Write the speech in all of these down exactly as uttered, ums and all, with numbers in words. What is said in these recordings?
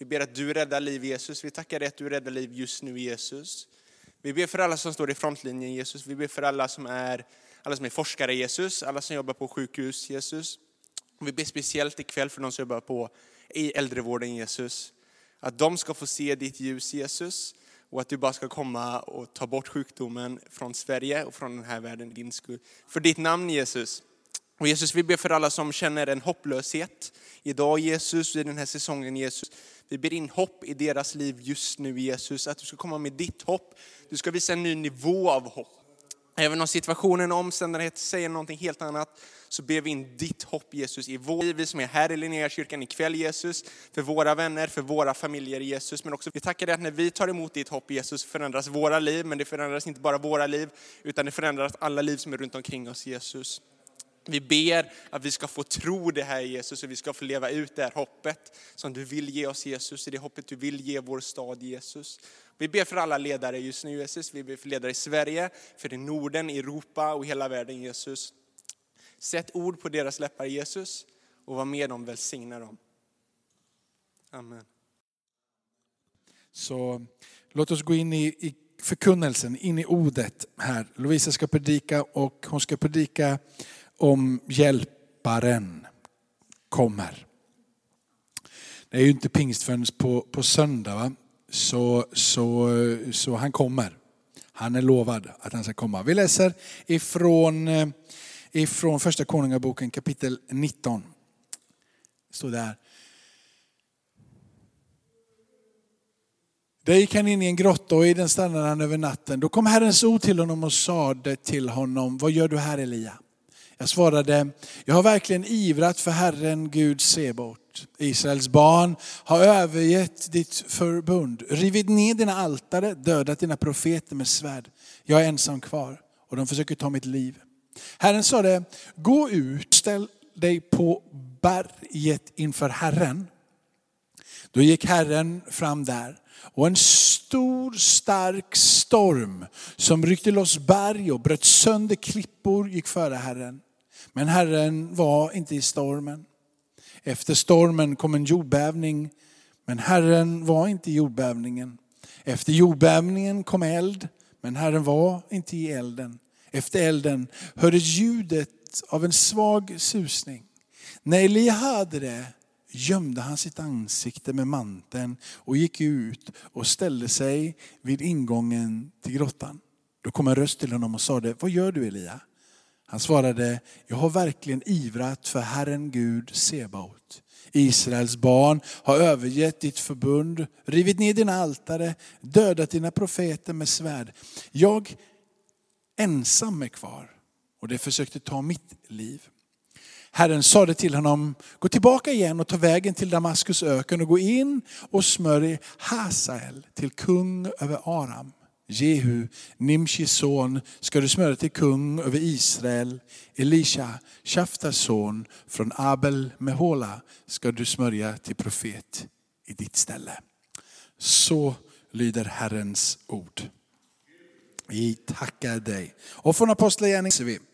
Vi ber att du räddar liv, Jesus. Vi tackar dig att du räddar liv just nu, Jesus. Vi ber för alla som står i frontlinjen, Jesus. Vi ber för alla som är, alla som är forskare, Jesus. Alla som jobbar på sjukhus, Jesus. Och vi ber speciellt ikväll för de som jobbar på i äldrevården, Jesus. Att de ska få se ditt ljus, Jesus. Och att du bara ska komma och ta bort sjukdomen från Sverige och från den här världen, din skull. För ditt namn, Jesus. Och Jesus, vi ber för alla som känner en hopplöshet idag, Jesus, i den här säsongen, Jesus. Vi ber in hopp i deras liv just nu, Jesus. Att du ska komma med ditt hopp. Du ska visa en ny nivå av hopp. Även om situationen och omständigheter säger någonting helt annat, så ber vi in ditt hopp, Jesus, i vår liv. Vi som är här i Linnéakyrkan ikväll, Jesus. För våra vänner, för våra familjer, Jesus. Men också vi tackar dig att när vi tar emot ditt hopp, Jesus, förändras våra liv. Men det förändras inte bara våra liv, utan det förändras alla liv som är runt omkring oss, Jesus. Vi ber att vi ska få tro det här, Jesus, och vi ska få leva ut det här hoppet som du vill ge oss, Jesus. Det hoppet du vill ge vår stad, Jesus. Vi ber för alla ledare just nu, Jesus. Vi ber för ledare i Sverige, för i Norden, i Europa och hela världen, Jesus. Sätt ord på deras läppar, Jesus, och var med dem, välsigna dem. Amen. Så låt oss gå in i, i förkunnelsen, in i ordet här. Lovisa ska predika och hon ska predika om hjälparen kommer. Det är ju inte pingst förrän på, på söndag, va? Så, så, så han kommer. Han är lovad att han ska komma. Vi läser ifrån, ifrån första konungaboken kapitel nitton. Det står där. Där gick han in i en grotta och i den stannade han över natten. Då kom Herrens ord till honom och sade till honom: vad gör du här, Elia? Jag svarade: jag har verkligen ivrat för Herren Gud Sebot. Israels barn har övergett ditt förbund, rivit ner dina altare, dödat dina profeter med svärd. Jag är ensam kvar och de försöker ta mitt liv. Herren sade: gå ut, ställ dig på berget inför Herren. Då gick Herren fram där. Och en stor stark storm som ryckte loss berg och bröt sönder klippor gick före Herren. Men Herren var inte i stormen. Efter stormen kom en jordbävning, men Herren var inte i jordbävningen. Efter jordbävningen kom eld, men Herren var inte i elden. Efter elden hördes ljudet av en svag susning. När Elia hörde det gömde han sitt ansikte med manteln och gick ut och ställde sig vid ingången till grottan. Då kom en röst till honom och sade: vad gör du, Elia? Han svarade: jag har verkligen ivrat för Herren Gud Sebaot. Israels barn har övergett ditt förbund, rivit ner dina altare, dödat dina profeter med svärd. Jag ensam är kvar och det försökte ta mitt liv. Herren sade till honom: gå tillbaka igen och ta vägen till Damaskus öken och gå in och smörj Hazael till kung över Aram. Jehu, Nimshis son, ska du smörja till kung över Israel. Elisha, Shaftars son från Abel Mehola, ska du smörja till profet i ditt ställe. Så lyder Herrens ord. Vi tackar dig. Och från Apostlagärningarna ser vi.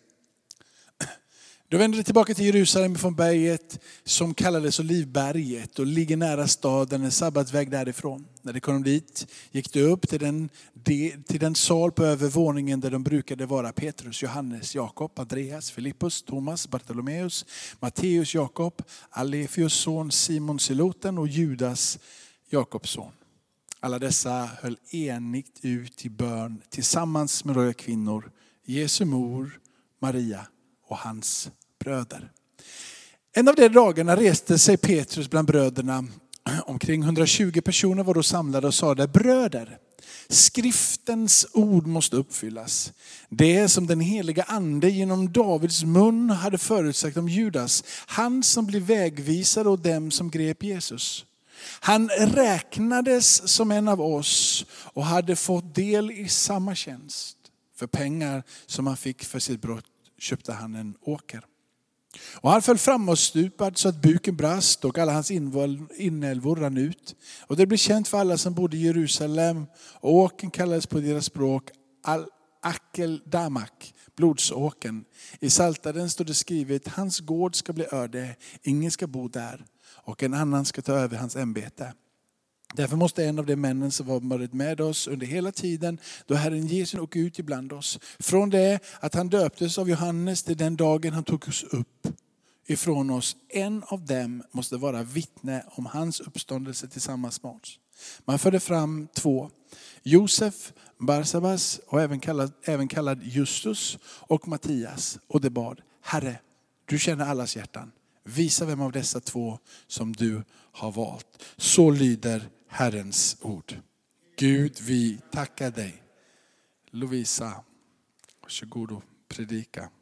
Då vände de tillbaka till Jerusalem från berget som kallades Olivberget och ligger nära staden, en sabbatsväg därifrån. När de kom dit gick de upp till den, till den sal på övervåningen där de brukade vara: Petrus, Johannes, Jakob, Andreas, Filippus, Thomas, Bartolomeus, Matteus, Jakob, Alefeus son, Simon Zeloten och Judas, Jakobs son. Alla dessa höll enigt ut i bön tillsammans med några kvinnor, Jesu mor, Maria och hans bröder. En av de dagarna reste sig Petrus bland bröderna. Omkring hundratjugo personer var då samlade och sade: bröder, skriftens ord måste uppfyllas. Det som den heliga ande genom Davids mun hade förutsagt om Judas, han som blev vägvisare åt dem som grep Jesus. Han räknades som en av oss och hade fått del i samma tjänst. För pengar som han fick för sitt brott köpte han en åker. Och han föll framåtstupad så att buken brast och alla hans inälvor rann ut. Och det blev känt för alla som bodde i Jerusalem. Och åken kallades på deras språk Al-Akeldamak, blodsåken. I Saltaren stod det skrivet: hans gård ska bli öde, ingen ska bo där och en annan ska ta över hans ämbete. Därför måste en av de männen som var varit med oss under hela tiden då Herren Jesus åkte ut ibland oss. Från det att han döptes av Johannes till den dagen han tog oss upp ifrån oss. En av dem måste vara vittne om hans uppståndelse tillsammans med oss. Man förde fram två. Josef, Barsabas och även kallad, även kallad Justus och Mattias. Och det bad, Herre, du känner allas hjärtan. Visa vem av dessa två som du har valt. Så lyder Herrens ord. Gud, vi tackar dig. Lovisa, varsågod och predika.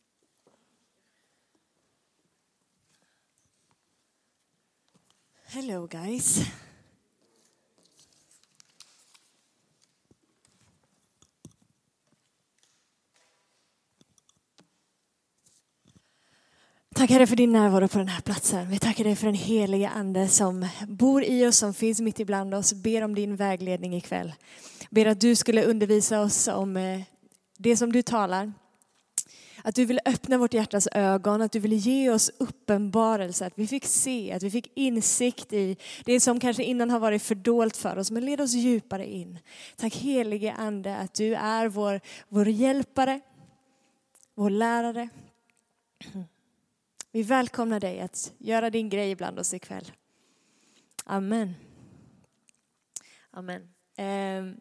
Hello guys. Tackar dig för din närvaro på den här platsen. Vi tackar dig för den heliga ande som bor i oss, som finns mitt ibland oss. Ber om din vägledning ikväll. Ber att du skulle undervisa oss om det som du talar. Att du vill öppna vårt hjärtas ögon, att du vill ge oss uppenbarelse, att vi fick se, att vi fick insikt i det som kanske innan har varit fördolt för oss, men led oss djupare in. Tack helige ande att du är vår, vår hjälpare, vår lärare. Vi välkomnar dig att göra din grej ibland oss ikväll. Amen. Amen. Eh,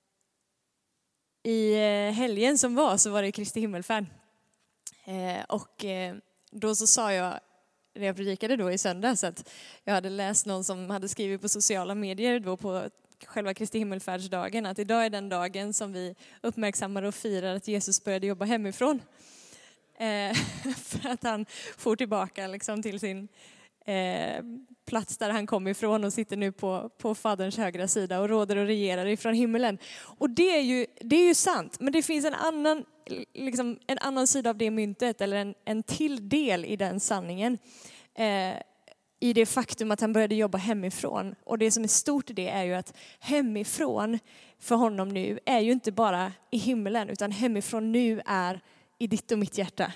I helgen som var så var det Kristi himmelfärd. Eh, och eh, då så sa jag, när jag predikade då i söndags, att jag hade läst någon som hade skrivit på sociala medier då på själva Kristi himmelfärdsdagen, att idag är den dagen som vi uppmärksammar och firar att Jesus började jobba hemifrån. Eh, för att han får tillbaka liksom till sin eh, plats där han kom ifrån och sitter nu på, på faderns högra sida och råder och regerar ifrån himmelen. Och det är ju, det är ju sant, men det finns en annan, liksom, en annan sida av det myntet, eller en, en till del i den sanningen. Eh, I det faktum att han började jobba hemifrån. Och det som är stort i det är ju att hemifrån för honom nu är ju inte bara i himmelen, utan hemifrån nu är i ditt och mitt hjärta.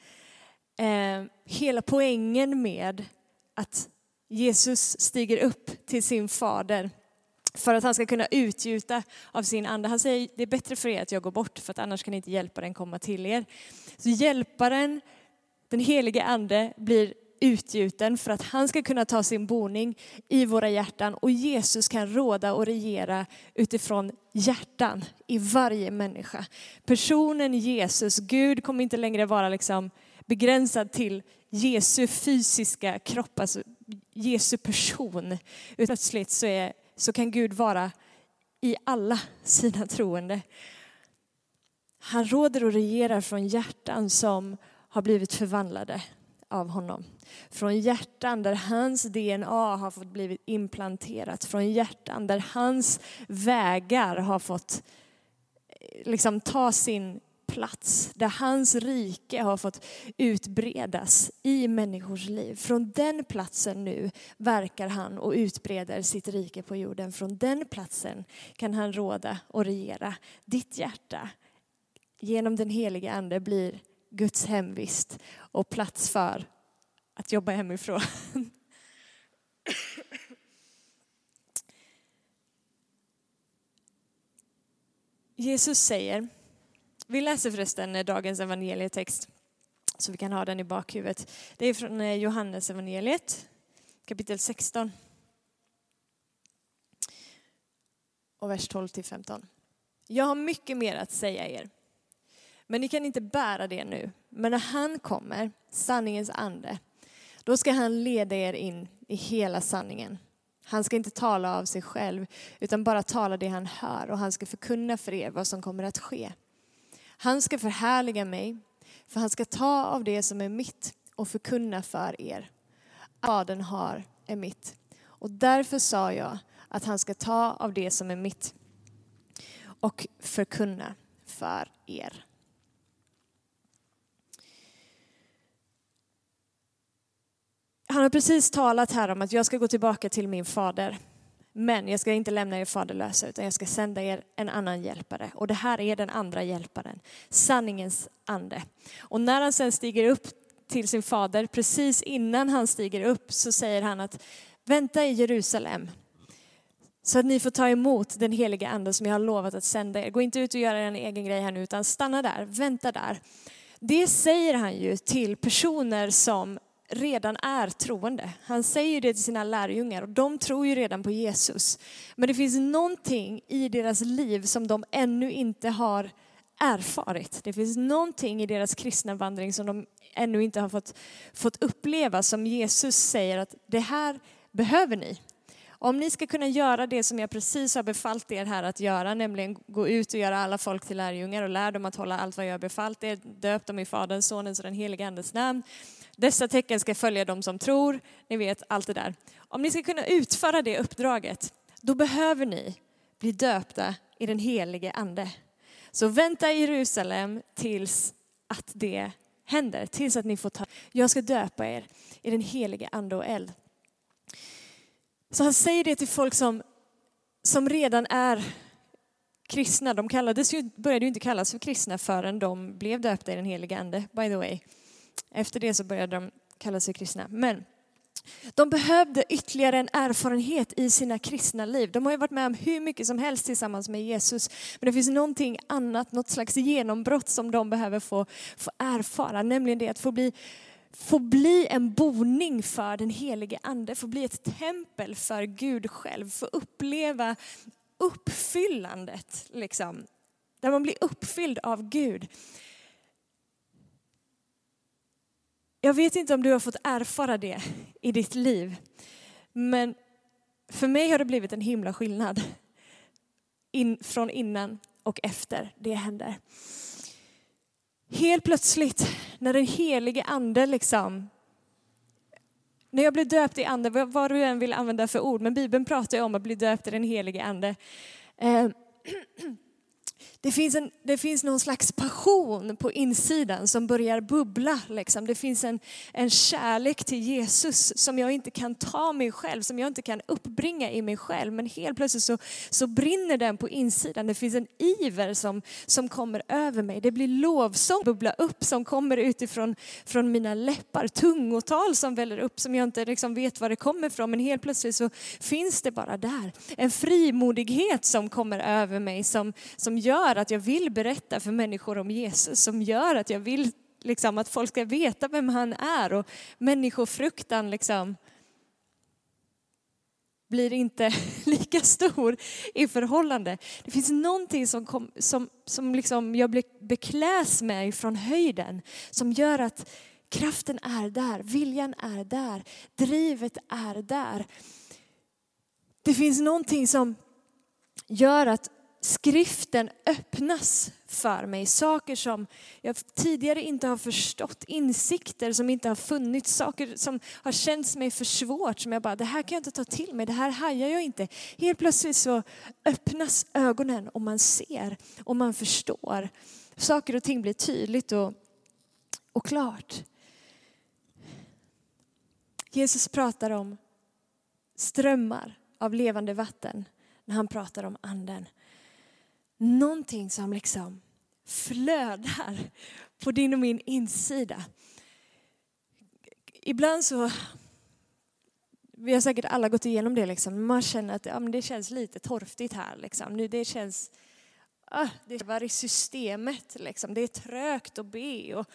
Eh, hela poängen med att Jesus stiger upp till sin fader för att han ska kunna utgjuta av sin ande. Han säger, det är bättre för er att jag går bort, för att annars kan inte hjälparen komma till er. Så hjälparen, den helige ande, blir utgjuten för att han ska kunna ta sin boning i våra hjärtan. Och Jesus kan råda och regera utifrån hjärtan i varje människa. Personen Jesus, Gud, kommer inte längre vara liksom begränsad till Jesu fysiska kropp, alltså Jesu person. Utan plötsligt så, är, så kan Gud vara i alla sina troende. Han råder och regerar från hjärtan som har blivit förvandlade av honom. Från hjärtan där hans D N A har fått blivit implanterat. Från hjärtan där hans vägar har fått liksom ta sin plats. Där hans rike har fått utbredas i människors liv. Från den platsen nu verkar han och utbreder sitt rike på jorden. Från den platsen kan han råda och regera. Ditt hjärta genom den heliga ande blir Guds hemvist och plats för att jobba hemifrån. Jesus säger, vi läser förresten dagens evangelietext så vi kan ha den i bakhuvudet. Det är från Johannes evangeliet, kapitel sexton. Och vers tolv till femton. Jag har mycket mer att säga er. Men ni kan inte bära det nu. Men när han kommer, sanningens ande, då ska han leda er in i hela sanningen. Han ska inte tala av sig själv, utan bara tala det han hör. Och han ska förkunna för er vad som kommer att ske. Han ska förhärliga mig, för han ska ta av det som är mitt och förkunna för er. Vad den har är mitt. Och därför sa jag att han ska ta av det som är mitt och förkunna för er. Han har precis talat här om att jag ska gå tillbaka till min fader. Men jag ska inte lämna er faderlösa, utan jag ska sända er en annan hjälpare. Och det här är den andra hjälparen. Sanningens ande. Och när han sen stiger upp till sin fader, precis innan han stiger upp, så säger han att vänta i Jerusalem. Så att ni får ta emot den heliga ande som jag har lovat att sända er. Gå inte ut och göra en egen grej här nu, utan stanna där, vänta där. Det säger han ju till personer som redan är troende. Han säger det till sina lärjungar och de tror ju redan på Jesus. Men det finns någonting i deras liv som de ännu inte har erfarit. Det finns någonting i deras kristna vandring som de ännu inte har fått, fått uppleva, som Jesus säger att det här behöver ni. Om ni ska kunna göra det som jag precis har befallt er här att göra, nämligen gå ut och göra alla folk till lärjungar och lär dem att hålla allt vad jag har befallt er, döp dem i Faderns, Sonens och den helige Andes namn. Dessa tecken ska följa dem som tror, ni vet allt det där. Om ni ska kunna utföra det uppdraget, då behöver ni bli döpta i den helige ande. Så vänta i Jerusalem tills att det händer, tills att ni får ta. Jag ska döpa er i den helige ande och eld. Så han säger det till folk som, som redan är kristna. De kallades ju, började ju inte kallas för kristna förrän de blev döpta i den heliga ande, by the way. Efter det så började de kallas för kristna. Men de behövde ytterligare en erfarenhet i sina kristna liv. De har ju varit med om hur mycket som helst tillsammans med Jesus. Men det finns någonting annat, något slags genombrott som de behöver få, få erfara. Nämligen det att få bli, få bli en boning för den helige ande. Få bli ett tempel för Gud själv. Få uppleva uppfyllandet. Liksom, där man blir uppfylld av Gud. Jag vet inte om du har fått erfara det i ditt liv. Men för mig har det blivit en himla skillnad. In, från innan och efter det händer. Helt plötsligt när den helige ande liksom. När jag blev döpt i ande, vad du än vill använda för ord. Men Bibeln pratar ju om att bli döpt i den helige ande. Eh, Det finns, en, det finns någon slags passion på insidan som börjar bubbla. Liksom. Det finns en, en kärlek till Jesus som jag inte kan ta mig själv, som jag inte kan uppbringa i mig själv. Men helt plötsligt så, så brinner den på insidan. Det finns en iver som, som kommer över mig. Det blir lovsång bubbla upp som kommer utifrån från mina läppar. Tungotal som väller upp som jag inte liksom vet var det kommer ifrån. Men helt plötsligt så finns det bara där. En frimodighet som kommer över mig som, som gör att jag vill berätta för människor om Jesus, som gör att jag vill liksom, att folk ska veta vem han är, och människofruktan liksom blir inte lika stor i förhållande. Det finns någonting som, kom, som, som liksom jag bekläs med från höjden som gör att kraften är där, viljan är där, drivet är där. Det finns någonting som gör att skriften öppnas för mig. Saker som jag tidigare inte har förstått. Insikter som inte har funnits. Saker som har känts mig för svårt. Som jag bara, det här kan jag inte ta till mig. Det här hajar jag inte. Helt plötsligt så öppnas ögonen och man ser och man förstår. Saker och ting blir tydligt och, och klart. Jesus pratar om strömmar av levande vatten när han pratar om anden. Någonting som liksom flödar på din och min insida. Ibland så, vi har säkert alla gått igenom det liksom. Man känner att ja, men det känns lite torftigt här liksom. Nu det känns, ah, det var i systemet liksom. Det är trögt att be och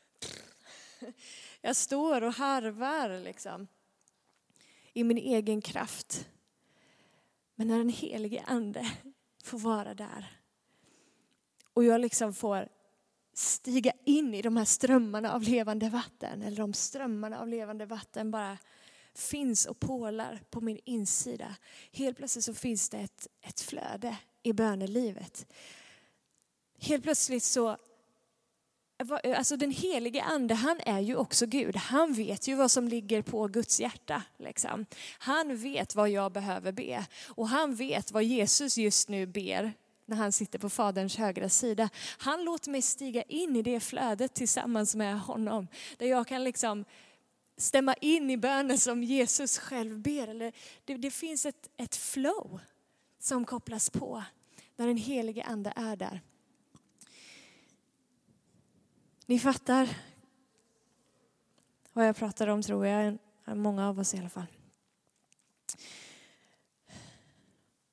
jag står och harvar liksom i min egen kraft. Men när den helige ande får vara där och jag liksom får stiga in i de här strömmarna av levande vatten, eller de strömmarna av levande vatten bara finns och pålar på min insida. Helt plötsligt så finns det ett, ett flöde i bönelivet. Helt plötsligt så, alltså den helige ande, han är ju också Gud. Han vet ju vad som ligger på Guds hjärta. Liksom. Han vet vad jag behöver be. Och han vet vad Jesus just nu ber när han sitter på Faderns högra sida. Han låter mig stiga in i det flödet tillsammans med honom. Där jag kan liksom stämma in i bönen som Jesus själv ber. Eller det, det finns ett, ett flow som kopplas på när den helige ande är där. Ni fattar vad jag pratar om, tror jag. Många av oss i alla fall.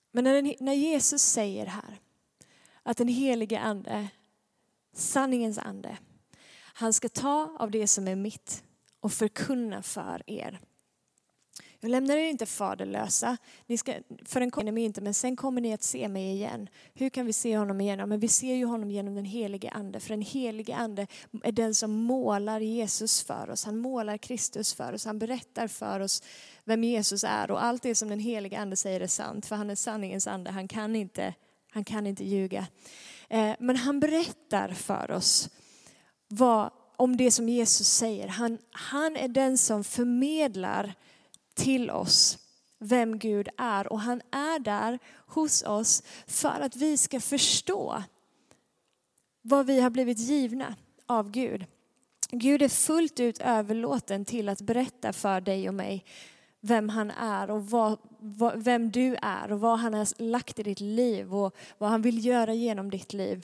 Men när, den, när Jesus säger här att den helige ande, sanningens ande, han ska ta av det som är mitt och förkunna för er. Jag lämnar er inte faderlösa. Ni ska, för en kommer ni inte, men sen kommer ni att se mig igen. Hur kan vi se honom igen? Ja, men vi ser ju honom genom den helige ande. För den helige ande är den som målar Jesus för oss. Han målar Kristus för oss. Han berättar för oss vem Jesus är. Och allt det som den helige ande säger är sant. För han är sanningens ande. Han kan inte, han kan inte ljuga. Eh, men han berättar för oss vad, om det som Jesus säger. Han, han är den som förmedlar till oss vem Gud är, och han är där hos oss för att vi ska förstå vad vi har blivit givna av Gud. Gud är fullt ut överlåten till att berätta för dig och mig vem han är och vad, vad, vem du är och vad han har lagt i ditt liv och vad han vill göra genom ditt liv.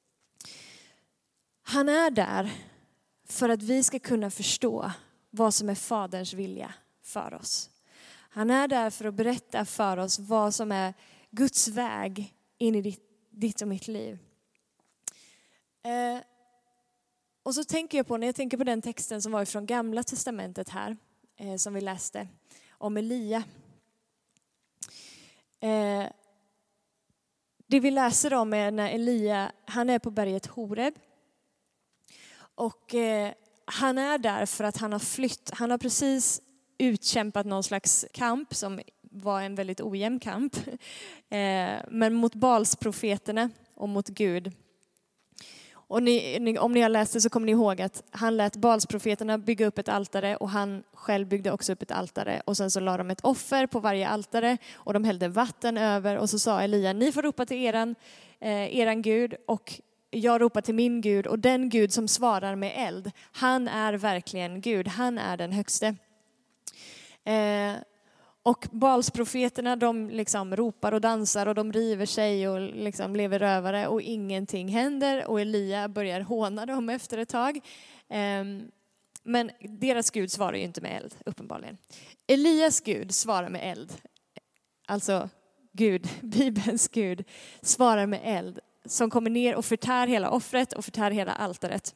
Han är där för att vi ska kunna förstå vad som är Faderns vilja för oss. Han är där för att berätta för oss vad som är Guds väg in i ditt, ditt och mitt liv. Eh, och så tänker jag på, när jag tänker på den texten som var från Gamla testamentet här, eh, som vi läste, om Elia. Eh, det vi läser om är när Elia, han är på berget Horeb. Och eh, han är där för att han har flytt, han har precis utkämpat någon slags kamp som var en väldigt ojämn kamp. Eh, men mot Balsprofeterna och mot Gud. Och ni, ni, om ni har läst det så kommer ni ihåg att han lät Balsprofeterna bygga upp ett altare och han själv byggde också upp ett altare. Och sen så la de ett offer på varje altare och de hällde vatten över. Och så sa Elia, ni får ropa till eran, eh, eran Gud och jag ropar till min Gud. Och den Gud som svarar med eld, han är verkligen Gud, han är den högste. Eh, och Balsprofeterna, de liksom ropar och dansar och de river sig och liksom lever rövare och ingenting händer och Elia börjar håna dem efter ett tag. Eh, men deras Gud svarar ju inte med eld, uppenbarligen. Elias Gud svarar med eld. Alltså Gud, Bibelns Gud, svarar med eld som kommer ner och förtär hela offret och förtär hela altaret.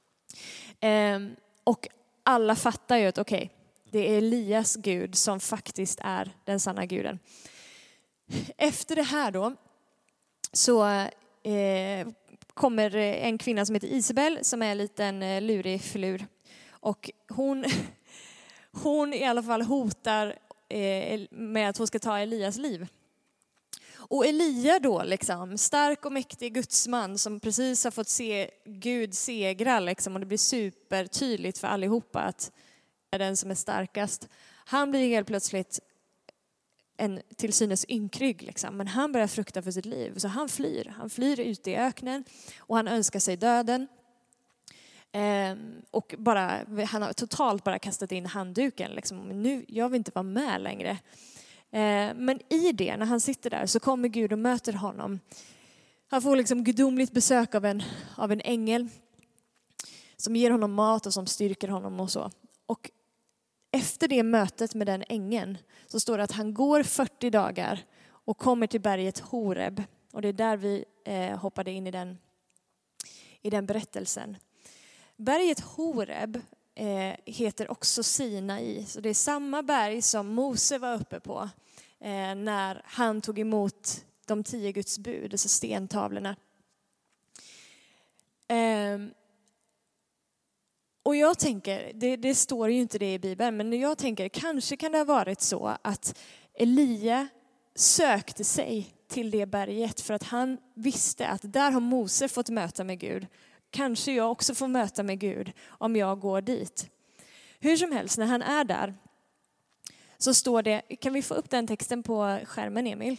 Eh, och alla fattar ju att okej, okay, det är Elias Gud som faktiskt är den sanna guden. Efter det här då så eh, kommer en kvinna som heter Isabel som är en liten eh, lurig filur. Och hon, hon i alla fall hotar eh, med att hon ska ta Elias liv. Och Elia då, liksom, stark och mäktig gudsman som precis har fått se Gud segra liksom, och det blir supertydligt för allihopa att den som är starkast. Han blir helt plötsligt en till synes ynkrygg. Liksom. Men han börjar frukta för sitt liv. Så han flyr. Han flyr ut i öknen. Och han önskar sig döden. Ehm, och bara, han har totalt bara kastat in handduken. Liksom. Nu, jag vill inte vara med längre. Ehm, men i det, när han sitter där, så kommer Gud och möter honom. Han får liksom gudomligt besök av en, av en ängel. Som ger honom mat och som styrker honom och så. Och efter det mötet med den ängeln så står det att han går fyrtio dagar och kommer till berget Horeb. Och det är där vi eh, hoppade in i den, i den berättelsen. Berget Horeb eh, heter också Sinai. Så det är samma berg som Mose var uppe på eh, när han tog emot de tio Guds bud, alltså stentavlorna. Eh, Och jag tänker, det, det står ju inte det i Bibeln, men jag tänker kanske kan det ha varit så att Elia sökte sig till det berget för att han visste att där har Mose fått möta med Gud. Kanske jag också får möta med Gud om jag går dit. Hur som helst, när han är där så står det, kan vi få upp den texten på skärmen, Emil?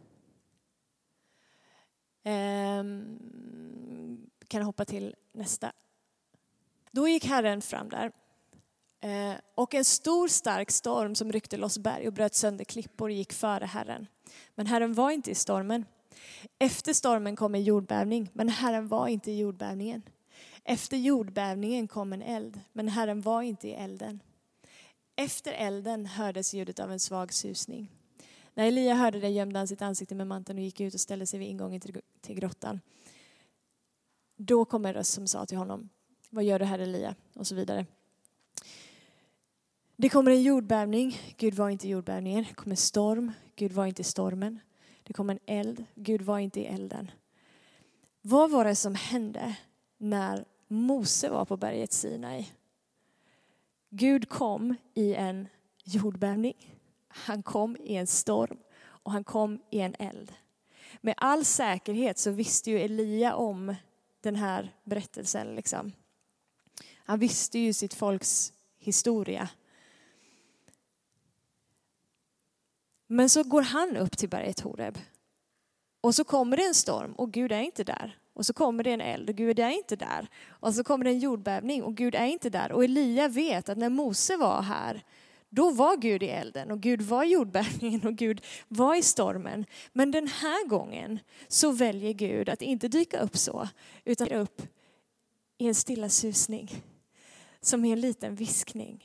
Ehm, kan jag hoppa till nästa? Då gick Herren fram där eh, och en stor stark storm som ryckte loss berg och bröt sönder klippor gick före Herren. Men Herren var inte i stormen. Efter stormen kom en jordbävning, men Herren var inte i jordbävningen. Efter jordbävningen kom en eld, men Herren var inte i elden. Efter elden hördes ljudet av en svag susning. När Elia hörde det gömde han sitt ansikte med manteln och gick ut och ställde sig vid ingången till, till grottan. Då kom en röst som sa till honom, vad gör du här Elia? Och så vidare. Det kommer en jordbävning, Gud var inte i jordbävningen. Det kommer en storm, Gud var inte i stormen. Det kommer en eld, Gud var inte i elden. Vad var det som hände när Mose var på berget Sinai? Gud kom i en jordbävning, han kom i en storm och han kom i en eld. Med all säkerhet så visste ju Elia om den här berättelsen. Liksom. Han visste ju sitt folks historia. Men så går han upp till berget Horeb. Och så kommer det en storm och Gud är inte där. Och så kommer det en eld och Gud är inte där. Och så kommer det en jordbävning och Gud är inte där. Och Elia vet att när Mose var här, då var Gud i elden och Gud var i jordbävningen och Gud var i stormen. Men den här gången så väljer Gud att inte dyka upp så, utan upp i en stilla susning. Som är en liten viskning.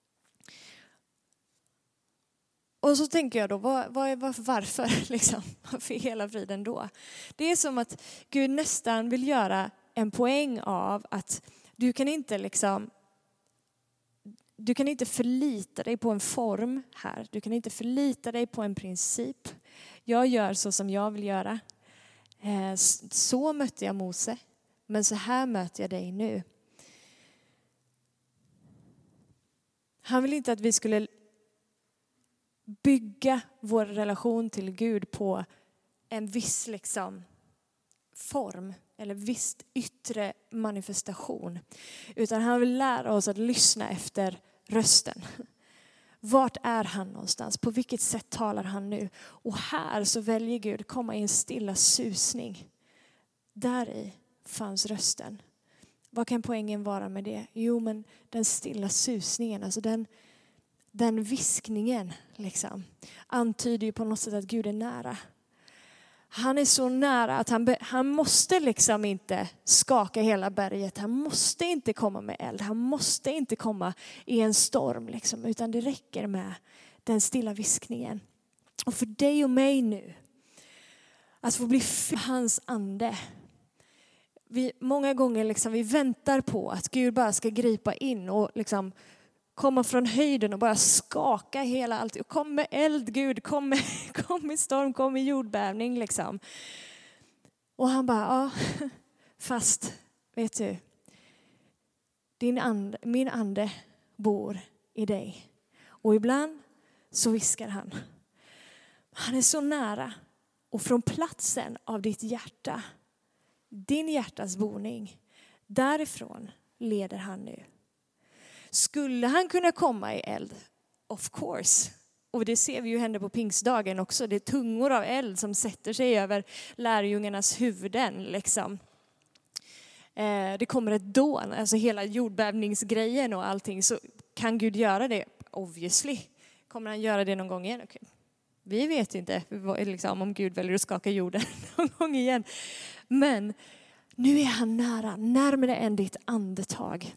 Och så tänker jag då, vad, vad, varför, varför, liksom, varför hela friden då? Det är som att Gud nästan vill göra en poäng av att du kan inte liksom, du kan inte förlita dig på en form här. Du kan inte förlita dig på en princip. Jag gör så som jag vill göra. Så mötte jag Mose, men så här möter jag dig nu. Han vill inte att vi skulle bygga vår relation till Gud på en viss liksom form eller viss yttre manifestation. Utan han vill lära oss att lyssna efter rösten. Vart är han någonstans? På vilket sätt talar han nu? Och här så väljer Gud komma i en stilla susning. Där i fanns rösten. Vad kan poängen vara med det? Jo, men den stilla susningen, alltså den Den viskningen liksom, antyder ju på något sätt att Gud är nära. Han är så nära att han, be, han måste liksom inte skaka hela berget. Han måste inte komma med eld. Han måste inte komma i en storm. Liksom, utan det räcker med den stilla viskningen. Och för dig och mig nu, att få bli fylld av hans ande. Vi, många gånger liksom, vi väntar på att Gud bara ska gripa in och liksom komma från höjden och bara skaka hela allt. Kom med eld, Gud. Kom med, kom med storm, kom med jordbävning. Liksom. Och han bara, ja, fast vet du, din ande, min ande bor i dig. Och ibland så viskar han. Han är så nära. Och från platsen av ditt hjärta, din hjärtas boning, därifrån leder han nu. Skulle han kunna komma i eld? Of course. Och det ser vi ju hända på pingstdagen också. Det är tungor av eld som sätter sig över lärjungarnas huvuden. Liksom. Eh, det kommer ett dån, alltså hela jordbävningsgrejen och allting. Så kan Gud göra det? Obviously. Kommer han göra det någon gång igen? Okay. Vi vet inte liksom, om Gud väljer att skaka jorden någon gång igen. Men nu är han nära, närmare än ditt andetag.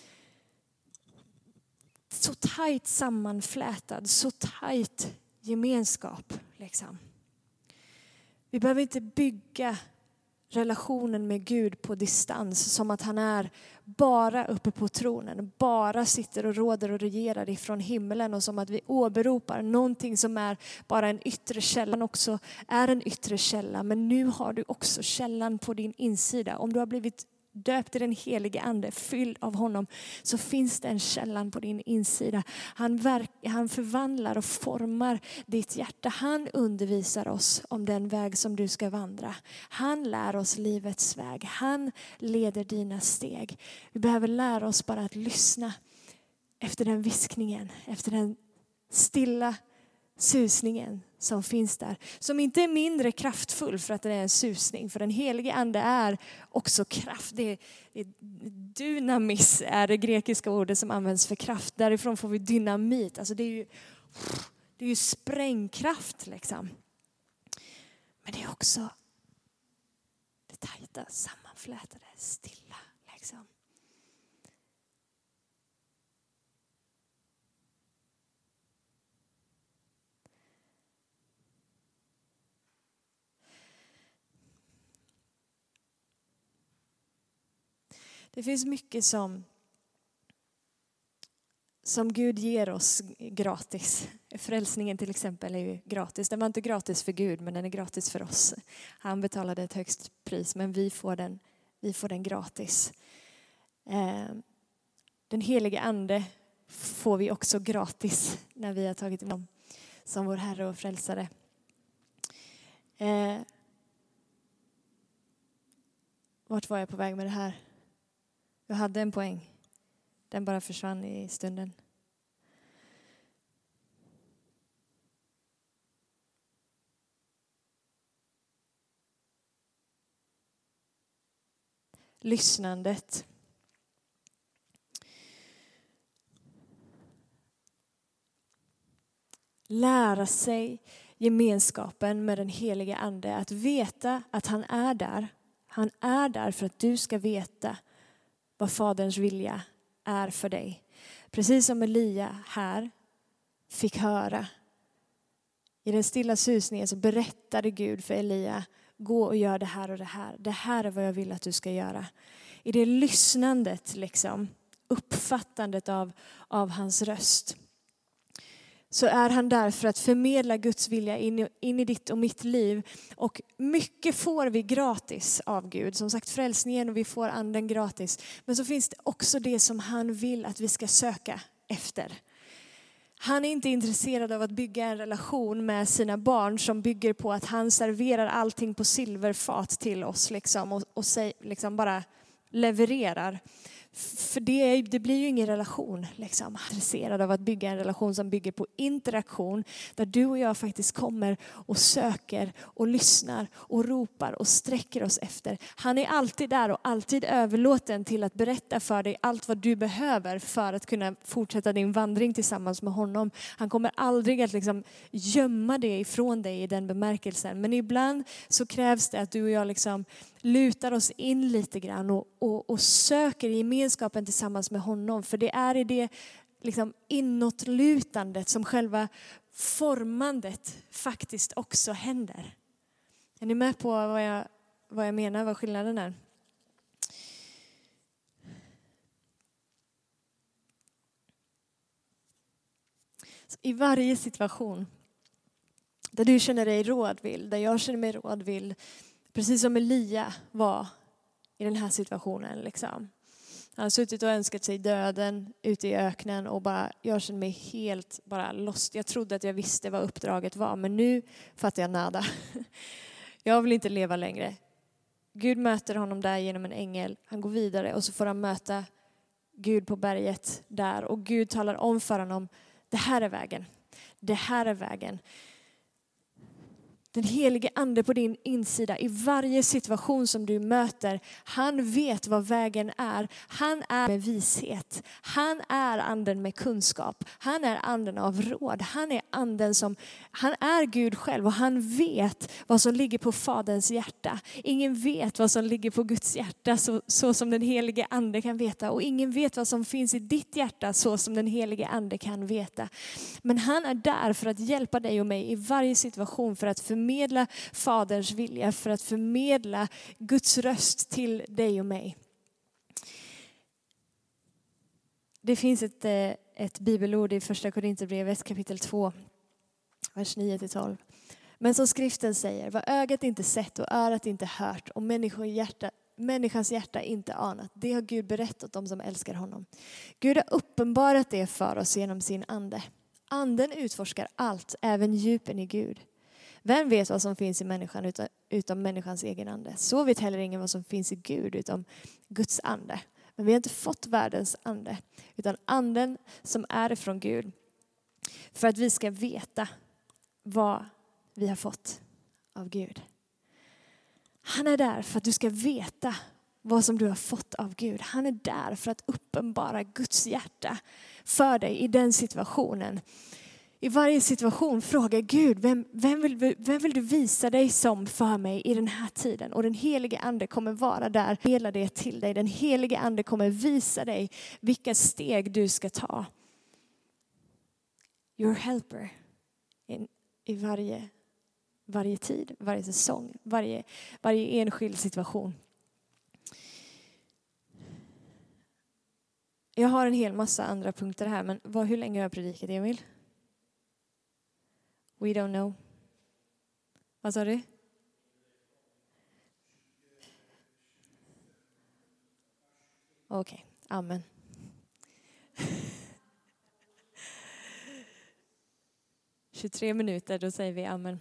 Så tajt sammanflätad, så tajt gemenskap. Liksom. Vi behöver inte bygga relationen med Gud på distans som att han är bara uppe på tronen, bara sitter och råder och regerar ifrån himlen och som att vi åberopar någonting som är bara en yttre källa. Han också är en yttre källa, men nu har du också källan på din insida. Om du har blivit döpt i den helige ande, fylld av honom, så finns det en källan på din insida. Han, verk, han förvandlar och formar ditt hjärta. Han undervisar oss om den väg som du ska vandra. Han lär oss livets väg. Han leder dina steg. Vi behöver lära oss bara att lyssna efter den viskningen, efter den stilla susningen som finns där. Som inte är mindre kraftfull för att det är en susning. För den helige ande är också kraft. Det är, det är, dynamis är det grekiska ordet som används för kraft. Därifrån får vi dynamit. Alltså det är ju, det är ju sprängkraft liksom. Men det är också det tajta, sammanflätade, stilla liksom. Det finns mycket som, som Gud ger oss gratis. Frälsningen till exempel är ju gratis. Den var inte gratis för Gud, men den är gratis för oss. Han betalade ett högst pris, men vi får den, vi får den gratis. Den helige ande får vi också gratis när vi har tagit emot som vår Herre och frälsare. Eh, vart var jag på väg med det här? Jag hade en poäng. Den bara försvann i stunden. Lyssnandet. Lära sig gemenskapen med den helige ande. Att veta att han är där. Han är där för att du ska veta vad Faderns vilja är för dig. Precis som Elia här fick höra. I den stilla susningen så berättade Gud för Elia: gå och gör det här och det här. Det här är vad jag vill att du ska göra. I det lyssnandet, liksom, uppfattandet av, av hans röst, så är han där för att förmedla Guds vilja in, in i ditt och mitt liv. Och mycket får vi gratis av Gud. Som sagt, frälsningen, och vi får anden gratis. Men så finns det också det som han vill att vi ska söka efter. Han är inte intresserad av att bygga en relation med sina barn som bygger på att han serverar allting på silverfat till oss. Liksom, och och säg, liksom bara levererar. För det, det blir ju ingen relation. Liksom. Han är intresserad av att bygga en relation som bygger på interaktion. Där du och jag faktiskt kommer och söker och lyssnar och ropar och sträcker oss efter. Han är alltid där och alltid överlåten till att berätta för dig allt vad du behöver för att kunna fortsätta din vandring tillsammans med honom. Han kommer aldrig att liksom gömma det ifrån dig i den bemärkelsen. Men ibland så krävs det att du och jag liksom lutar oss in lite grann och, och, och söker gemenskapen tillsammans med honom. För det är i det liksom inåtlutandet som själva formandet faktiskt också händer. Är ni med på vad jag, vad jag menar, vad skillnaden är? Så i varje situation där du känner dig rådvill, där jag känner mig rådvill, precis som Elia var i den här situationen. Liksom. Han har suttit och önskat sig döden ute i öknen och bara, jag känner mig helt bara lost. Jag trodde att jag visste vad uppdraget var, men nu fattar jag nada. Jag vill inte leva längre. Gud möter honom där genom en ängel. Han går vidare och så får han möta Gud på berget där. Och Gud talar om för honom, det här är vägen. Det här är vägen. Den helige ande på din insida i varje situation som du möter. Han vet vad vägen är. Han är med vishet. Han är anden med kunskap. Han är anden av råd. Han är anden som, han är Gud själv och han vet vad som ligger på Faderns hjärta. Ingen vet vad som ligger på Guds hjärta så, så som den helige ande kan veta. Och ingen vet vad som finns i ditt hjärta så som den helige ande kan veta. Men han är där för att hjälpa dig och mig i varje situation, för att förmedla Faderns vilja, för att förmedla Guds röst till dig och mig. Det finns ett, ett bibelord i första Korinthierbrevet kapitel två, vers nio till tolv. Men som skriften säger, vad ögat inte sett och örat inte hört och människohjärta, människans hjärta inte anat, det har Gud berättat om som älskar honom. Gud har uppenbarat det för oss genom sin ande. Anden utforskar allt, även djupen i Gud. Vem vet vad som finns i människan utom, utom människans egen ande? Så vet heller ingen vad som finns i Gud utom Guds ande. Men vi har inte fått världens ande, utan anden som är från Gud. För att vi ska veta vad vi har fått av Gud. Han är där för att du ska veta vad som du har fått av Gud. Han är där för att uppenbara Guds hjärta för dig i den situationen. I varje situation fråga Gud, vem, vem, vill, vem vill du visa dig som för mig i den här tiden? Och den helige ande kommer vara där, hela det till dig. Den helige ande kommer visa dig vilka steg du ska ta. Your helper in, i varje, varje tid, varje säsong, varje, varje enskild situation. Jag har en hel massa andra punkter här, men vad, hur länge har jag predikat, Emil? We don't know. Vad sa du? Okej, okay. Amen. tjugotre minuter, då säger vi amen.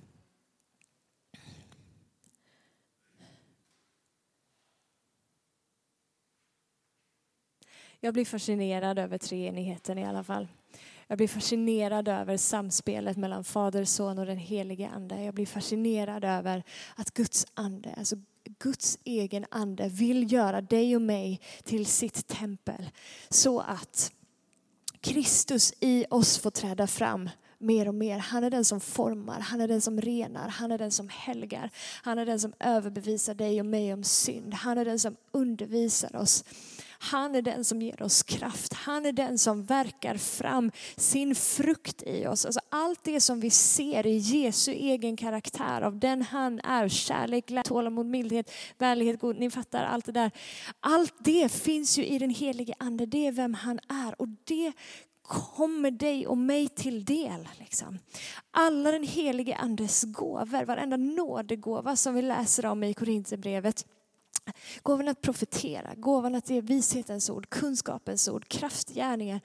Jag blir fascinerad över treenigheten i alla fall. Jag blir fascinerad över samspelet mellan Fader, Son och den helige Ande. Jag blir fascinerad över att Guds ande, alltså Guds egen ande, vill göra dig och mig till sitt tempel. Så att Kristus i oss får träda fram mer och mer. Han är den som formar, han är den som renar, han är den som helgar. Han är den som överbevisar dig och mig om synd. Han är den som undervisar oss. Han är den som ger oss kraft. Han är den som verkar fram sin frukt i oss. Alltså allt det som vi ser i Jesu egen karaktär, av den han är, kärlek, glädje, tålamod, mildhet, vänlighet, god, ni fattar allt det där. Allt det finns ju i den helige ande, det är vem han är, och det kommer dig och mig till del. Liksom. Alla den helige andes gåvor, varenda nådegåva som vi läser om i Korinthierbrevet. Gåvan att profetera, gåvan att ge vishetens ord, kunskapens ord, kraftgärningar.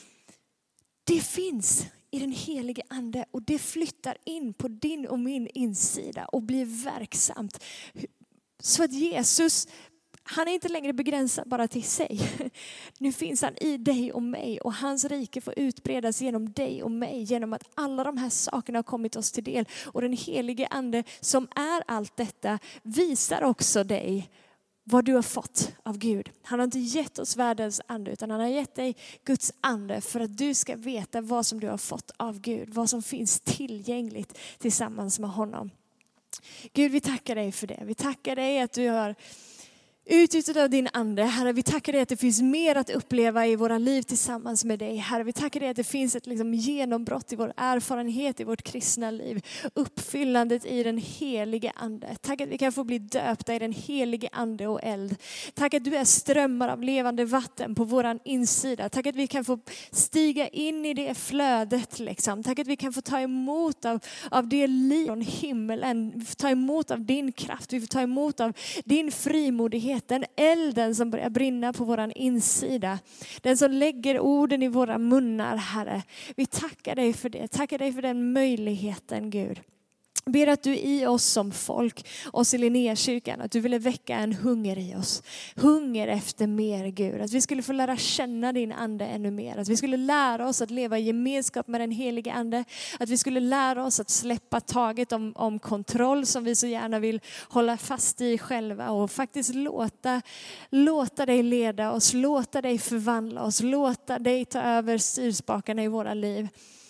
Det finns i den helige ande, och det flyttar in på din och min insida och blir verksamt. Så att Jesus, han är inte längre begränsad bara till sig. Nu finns han i dig och mig, och hans rike får utbredas genom dig och mig. Genom att alla de här sakerna har kommit oss till del. Och den helige ande som är allt detta visar också dig vad du har fått av Gud. Han har inte gett oss världens ande, utan han har gett dig Guds ande för att du ska veta vad som du har fått av Gud. Vad som finns tillgängligt tillsammans med honom. Gud, vi tackar dig för det. Vi tackar dig att du har utgjutit av din ande. Herre, vi tackar dig att det finns mer att uppleva i våra liv tillsammans med dig. Herre, vi tackar dig att det finns ett liksom genombrott i vår erfarenhet, i vårt kristna liv. Uppfyllandet i den helige ande. Tack att vi kan få bli döpta i den helige ande och eld. Tack att du är strömmar av levande vatten på våran insida. Tack att vi kan få stiga in i det flödet. Liksom. Tack att vi kan få ta emot av, av det liv från himmelen. Vi får ta emot av din kraft. Vi får ta emot av din frimodighet. Den elden som börjar brinna på våran insida. Den som lägger orden i våra munnar, Herre. Vi tackar dig för det. Tackar dig för den möjligheten, Gud. Ber att du i oss som folk, oss i Linnéakyrkan, att du ville väcka en hunger i oss. Hunger efter mer, Gud. Att vi skulle få lära känna din ande ännu mer. Att vi skulle lära oss att leva i gemenskap med den helige ande. Att vi skulle lära oss att släppa taget om, om kontroll som vi så gärna vill hålla fast i själva. Och faktiskt låta, låta dig leda oss, låta dig förvandla oss, låta dig ta över styrspakarna i våra liv.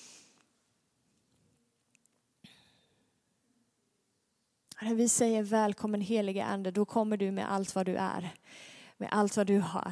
När vi säger välkommen helige ande, då kommer du med allt vad du är. Med allt vad du har.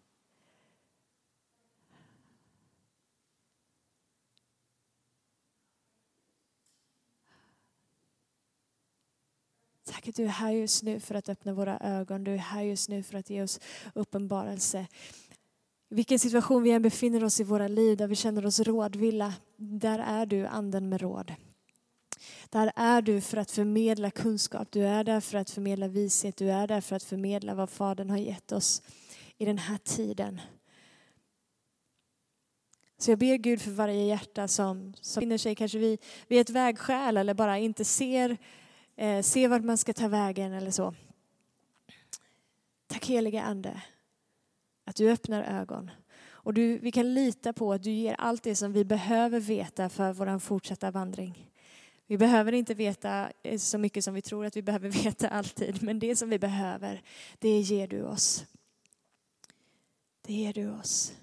Tack att du är här just nu för att öppna våra ögon. Du är här just nu för att ge oss uppenbarelse. I vilken situation vi än befinner oss i våra liv, där vi känner oss rådvilla, där är du anden med råd. Där är du för att förmedla kunskap. Du är där för att förmedla vishet. Du är där för att förmedla vad Fadern har gett oss i den här tiden. Så jag ber Gud för varje hjärta som, som befinner sig kanske vid, vid ett vägskäl eller bara inte ser, eh, ser vart man ska ta vägen eller så. Tack heliga ande att du öppnar ögon. Och du, vi kan lita på att du ger allt det som vi behöver veta för vår fortsatta vandring. Vi behöver inte veta så mycket som vi tror att vi behöver veta alltid. Men det som vi behöver, det ger du oss. Det ger du oss.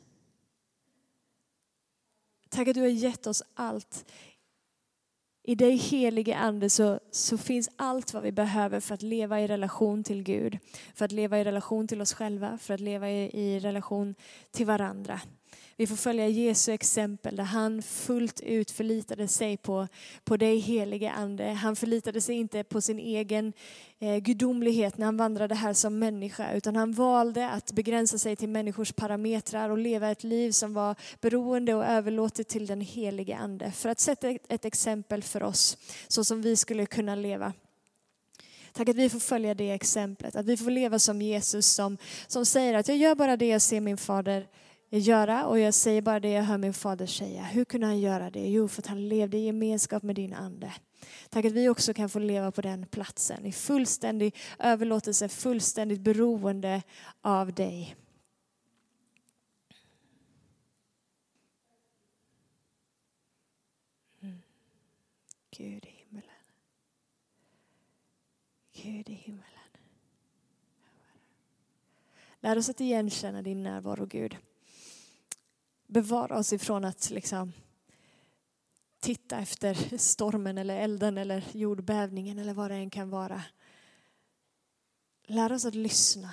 Tack att du har gett oss allt. I dig helige ande så, så finns allt vad vi behöver för att leva i relation till Gud. För att leva i relation till oss själva. För att leva i, i relation till varandra. Vi får följa Jesu exempel där han fullt ut förlitade sig på, på dig helige ande. Han förlitade sig inte på sin egen eh, gudomlighet när han vandrade här som människa. Utan han valde att begränsa sig till människors parametrar och leva ett liv som var beroende och överlåtet till den helige ande. För att sätta ett, ett exempel för oss så som vi skulle kunna leva. Tack att vi får följa det exemplet. Att vi får leva som Jesus som, som säger att jag gör bara det jag ser min fader göra och jag säger bara det jag hör min fader säga. Hur kunde han göra det? Jo, för att han levde i gemenskap med din ande. Tack att vi också kan få leva på den platsen i fullständig överlåtelse, fullständigt beroende av dig. Mm. Gud i himmelen. Gud i himmelen. Lär oss att igenkänna din närvaro, Gud. Bevara oss ifrån att liksom titta efter stormen eller elden eller jordbävningen eller vad det än kan vara. Lär oss att lyssna.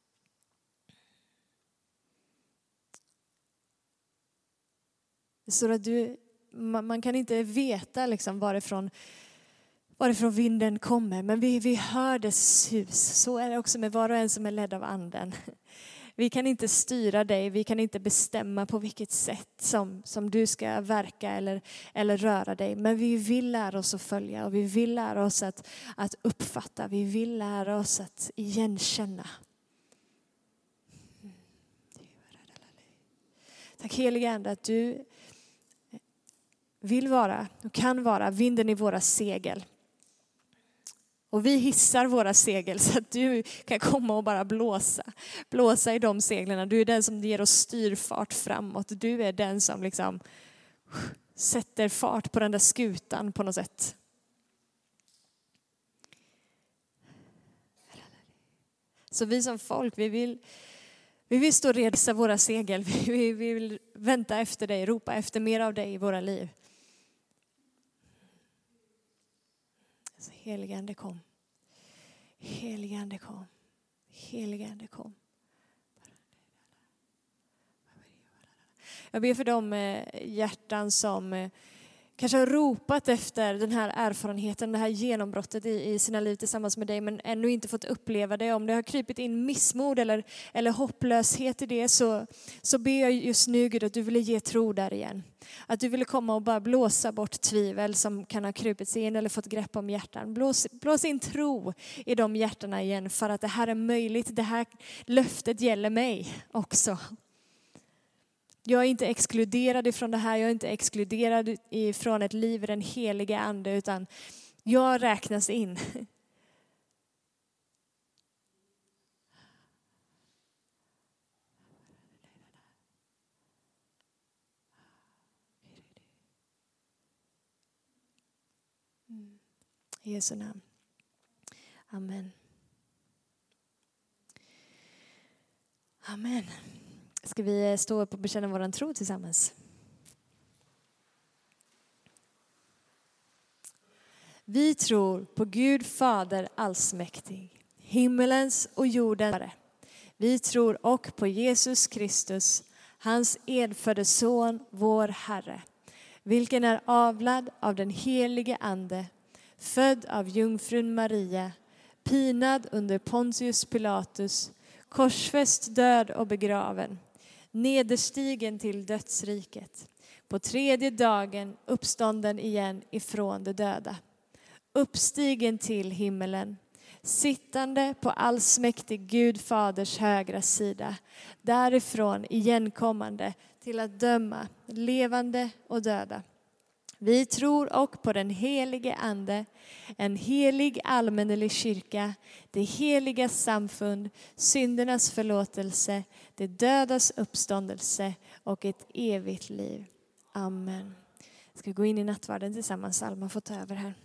Det står att du, man kan inte veta liksom varifrån, varifrån vinden kommer, men vi, vi hör dess sus. Så är det också med var och en som är ledd av anden. Vi kan inte styra dig, vi kan inte bestämma på vilket sätt som, som du ska verka eller, eller röra dig. Men vi vill lära oss att följa och vi vill lära oss att, att uppfatta, vi vill lära oss att igenkänna. Tack helige Ande att du vill vara och kan vara vinden i våra segel. Och vi hissar våra segel så att du kan komma och bara blåsa. Blåsa i de seglen. Du är den som ger oss styrfart framåt. Du är den som liksom sätter fart på den där skutan på något sätt. Så vi som folk, vi vill, vi vill stå redo för våra segel. Vi vill vänta efter dig, ropa efter mer av dig i våra liv. Så helige Ande kom. Helige Ande kom. Helige Ande kom. Jag ber för de hjärtan som kanske har ropat efter den här erfarenheten, det här genombrottet i, i sina liv tillsammans med dig, men ännu inte fått uppleva det. Om det har krypit in missmod eller, eller hopplöshet i det, så, så ber jag just nu Gud att du ville ge tro där igen. Att du ville komma och bara blåsa bort tvivel som kan ha krypit sig in eller fått grepp om hjärtan. Blås, blås in tro i de hjärtarna igen, för att det här är möjligt. Det här löftet gäller mig också. Jag är inte exkluderad ifrån det här. Jag är inte exkluderad ifrån ett liv i den heliga ande, utan jag räknas in. I Jesu namn. Amen. Amen. Ska vi stå upp och bekänna våran tro tillsammans? Vi tror på Gud Fader allsmäktig, himmelens och jordens Herre. Vi tror och på Jesus Kristus, hans enfödde son, vår Herre, vilken är avlad av den helige ande, född av jungfrun Maria, pinad under Pontius Pilatus, korsfäst, död och begraven, nederstigen till dödsriket, på tredje dagen uppstånden igen ifrån de döda, uppstigen till himmelen, sittande på allsmäktig Gud Faders högra sida, därifrån igenkommande till att döma levande och döda. Vi tror och på den helige ande, en helig allmännelig kyrka, det heliga samfund, syndernas förlåtelse, det dödas uppståndelse och ett evigt liv. Amen. Ska vi gå in i nattvarden tillsammans? Alma får ta över här.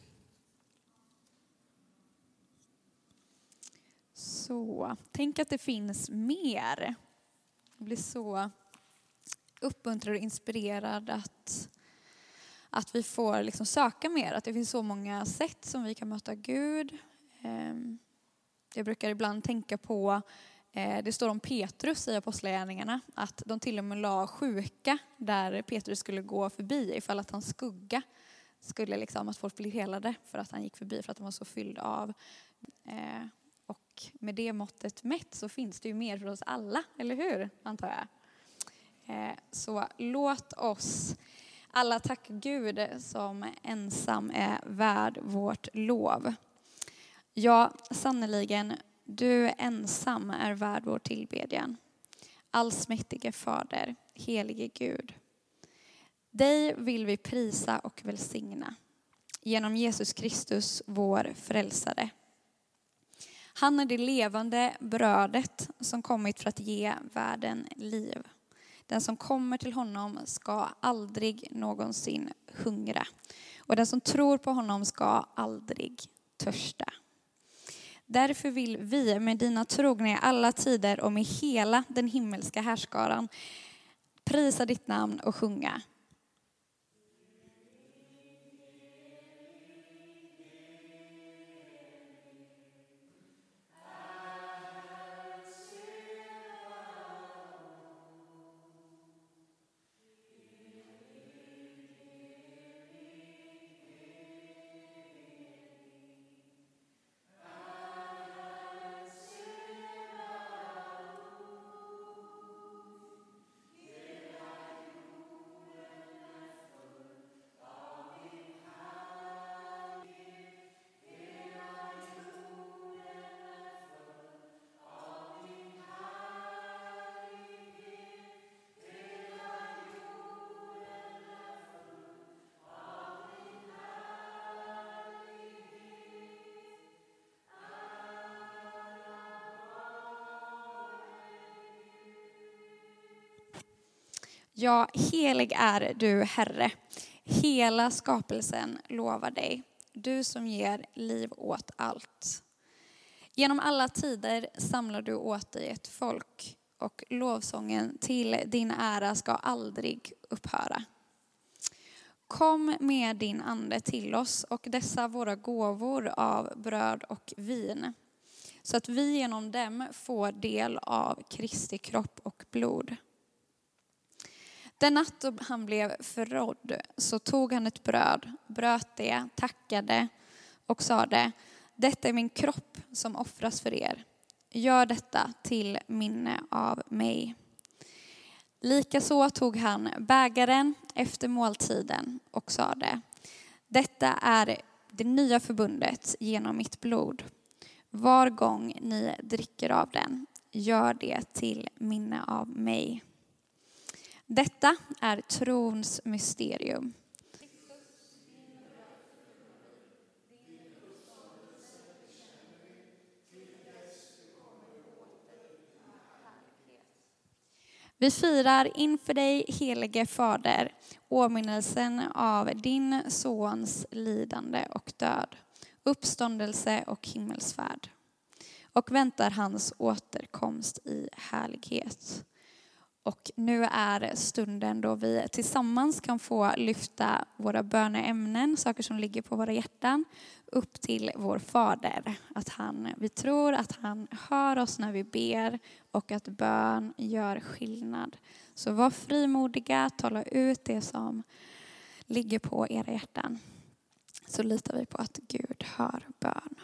Så, tänk att det finns mer. Jag blir så uppmuntrad och inspirerad att Att vi får liksom söka mer. Att det finns så många sätt som vi kan möta Gud. Jag brukar ibland tänka på Det står om Petrus i Apostlagärningarna att de till och med la sjuka där Petrus skulle gå förbi ifall att hans skugga skulle liksom, att folk blev helade för att han gick förbi för att han var så fylld av. Eh, och med det måttet mätt så finns det ju mer för oss alla, eller hur? Antar jag. Eh, så låt oss alla tacka Gud som ensam är värd vårt lov. Ja, sannoliken, du ensam är värd vår tillbedjan. Allsmäktige Fader, helige Gud. Dig vill vi prisa och välsigna genom Jesus Kristus, vår frälsare. Han är det levande brödet som kommit för att ge världen liv. Den som kommer till honom ska aldrig någonsin hungra. Och den som tror på honom ska aldrig törsta. Därför vill vi med dina trogna i alla tider och med hela den himmelska härskaran prisa ditt namn och sjunga. Ja, helig är du, Herre. Hela skapelsen lovar dig. Du som ger liv åt allt. Genom alla tider samlar du åt dig ett folk och lovsången till din ära ska aldrig upphöra. Kom med din ande till oss och dessa våra gåvor av bröd och vin, så att vi genom dem får del av Kristi kropp och blod. Den natt då han blev förrådd så tog han ett bröd, bröt det, tackade och sade: detta är min kropp som offras för er. Gör detta till minne av mig. Likaså tog han bägaren efter måltiden och sade: detta är det nya förbundet genom mitt blod. Var gång ni dricker av den, gör det till minne av mig. Detta är trons mysterium. Vi firar inför dig, helige Fader, åminnelsen av din sons lidande och död, uppståndelse och himmelsfärd, och väntar hans återkomst i härlighet. Och nu är stunden då vi tillsammans kan få lyfta våra böneämnen, saker som ligger på våra hjärtan, upp till vår Fader. Att han, vi tror att han hör oss när vi ber och att bön gör skillnad. Så var frimodiga, tala ut det som ligger på era hjärtan. Så litar vi på att Gud hör bön.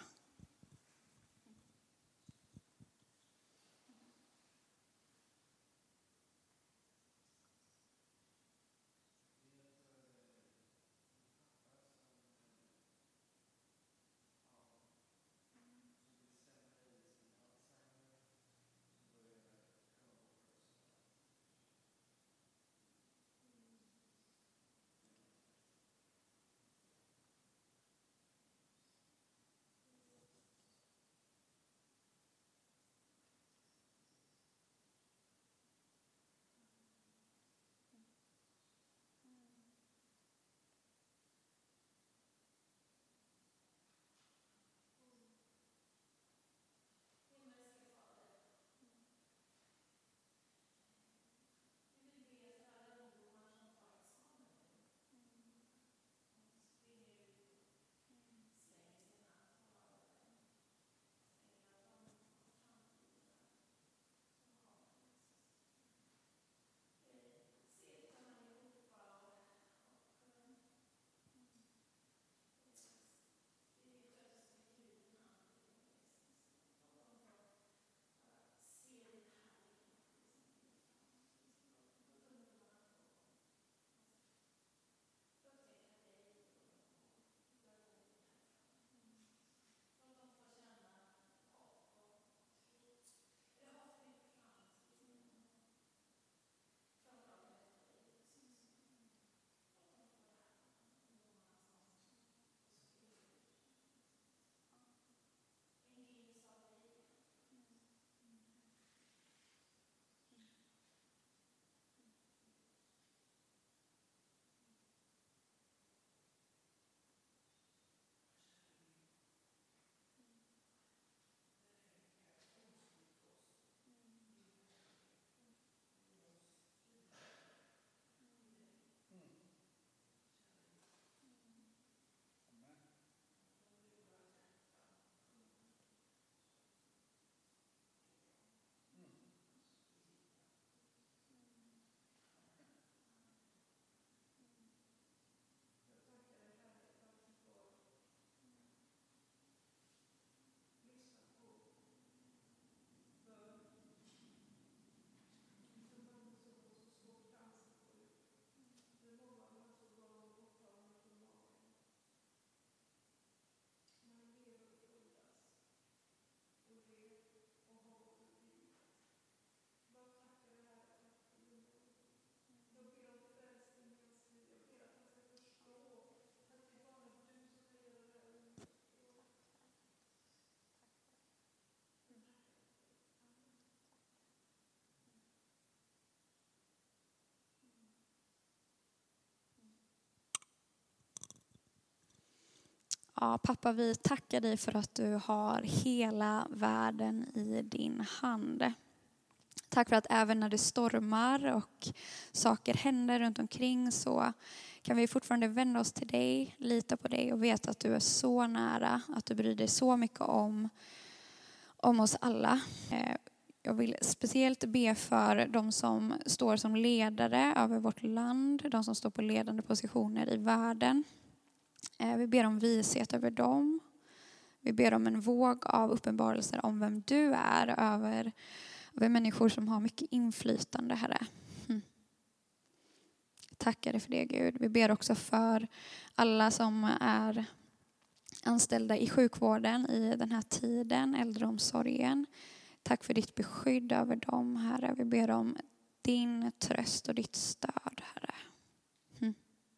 Ja, pappa, vi tackar dig för att du har hela världen i din hand. Tack för att även när det stormar och saker händer runt omkring så kan vi fortfarande vända oss till dig, lita på dig och veta att du är så nära, att du bryr dig så mycket om, om oss alla. Jag vill speciellt be för de som står som ledare över vårt land, de som står på ledande positioner i världen. Vi ber om vishet över dem. Vi ber om en våg av uppenbarelser om vem du är över, över människor som har mycket inflytande, Herre. Mm. Tackar dig för det, Gud. Vi ber också för alla som är anställda i sjukvården i den här tiden, äldreomsorgen. Tack för ditt beskydd över dem, Herre. Vi ber om din tröst och ditt stöd, Herre. Mm.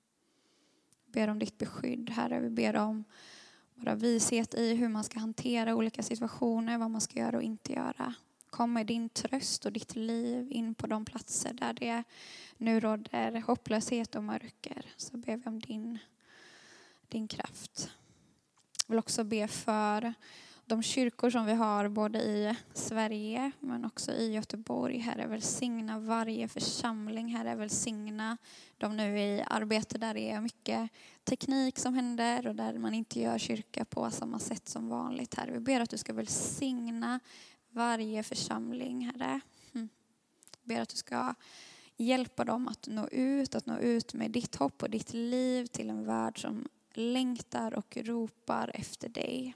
Vi ber om ditt beskydd, Herre. Vi ber om bara vishet i hur man ska hantera olika situationer, vad man ska göra och inte göra. Kom med din tröst och ditt liv in på de platser där det nu råder hopplöshet och mörker. Så ber vi om din, din kraft. Jag vill också be för de kyrkor som vi har både i Sverige men också i Göteborg. Herre, välsigna varje församling. Herre, välsigna de nu i arbete där det är mycket teknik som händer och där man inte gör kyrka på samma sätt som vanligt. Herre, vi ber att du ska välsigna varje församling, Herre. Mm. Ber att du ska hjälpa dem att nå ut, att nå ut med ditt hopp och ditt liv till en värld som längtar och ropar efter dig.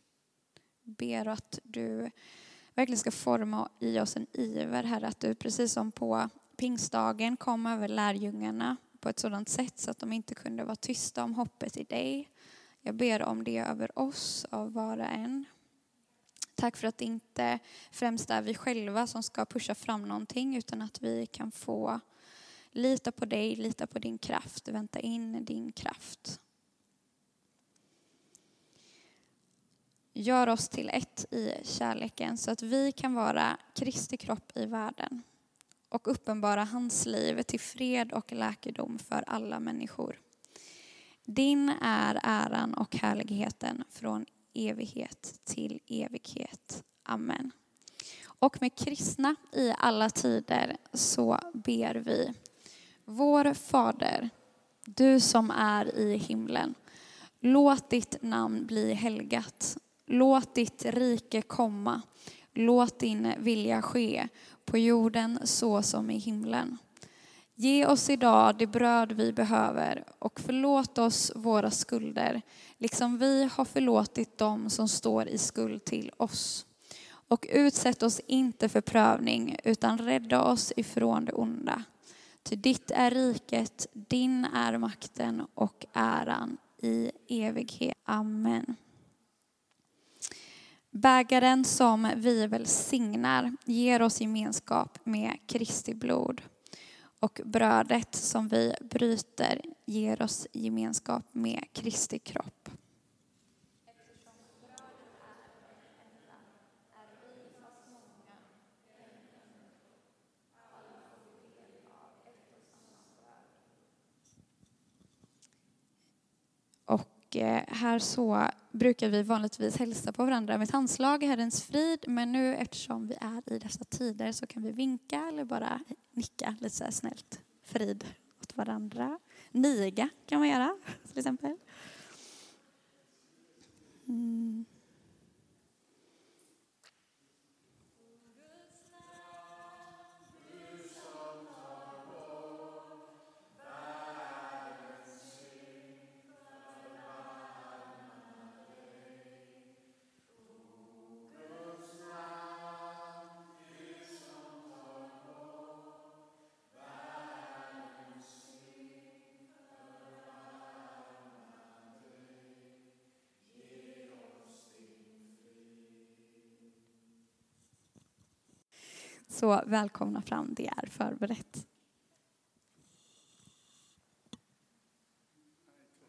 Ber att du verkligen ska forma i oss en iver, Herre, att du precis som på pingstdagen kom över lärjungarna på ett sådant sätt så att de inte kunde vara tysta om hoppet i dig. Jag ber om det över oss, av var och en. Tack för att det inte främst är vi själva som ska pusha fram någonting utan att vi kan få lita på dig, lita på din kraft, vänta in din kraft. Gör oss till ett i kärleken så att vi kan vara Kristi kropp i världen och uppenbara hans liv till fred och läkedom för alla människor. Din är äran och härligheten från evighet till evighet. Amen. Och med kristna i alla tider så ber vi. Vår Fader, du som är i himlen, låt ditt namn bli helgat. Låt ditt rike komma. Låt din vilja ske på jorden så som i himlen. Ge oss idag det bröd vi behöver och förlåt oss våra skulder, liksom vi har förlåtit dem som står i skuld till oss. Och utsätt oss inte för prövning, utan rädda oss ifrån det onda. Ty ditt är riket, din är makten och äran i evighet. Amen. Bägaren som vi välsignar ger oss gemenskap med Kristi blod. Och brödet som vi bryter ger oss gemenskap med Kristi kropp. Och här så brukar vi vanligtvis hälsa på varandra med ett handslag, Herrens frid. Men nu eftersom vi är i dessa tider så kan vi vinka eller bara nicka lite så här snällt. Frid åt varandra. Niga kan man göra till exempel. Mm. Så välkomna fram, det är förberett.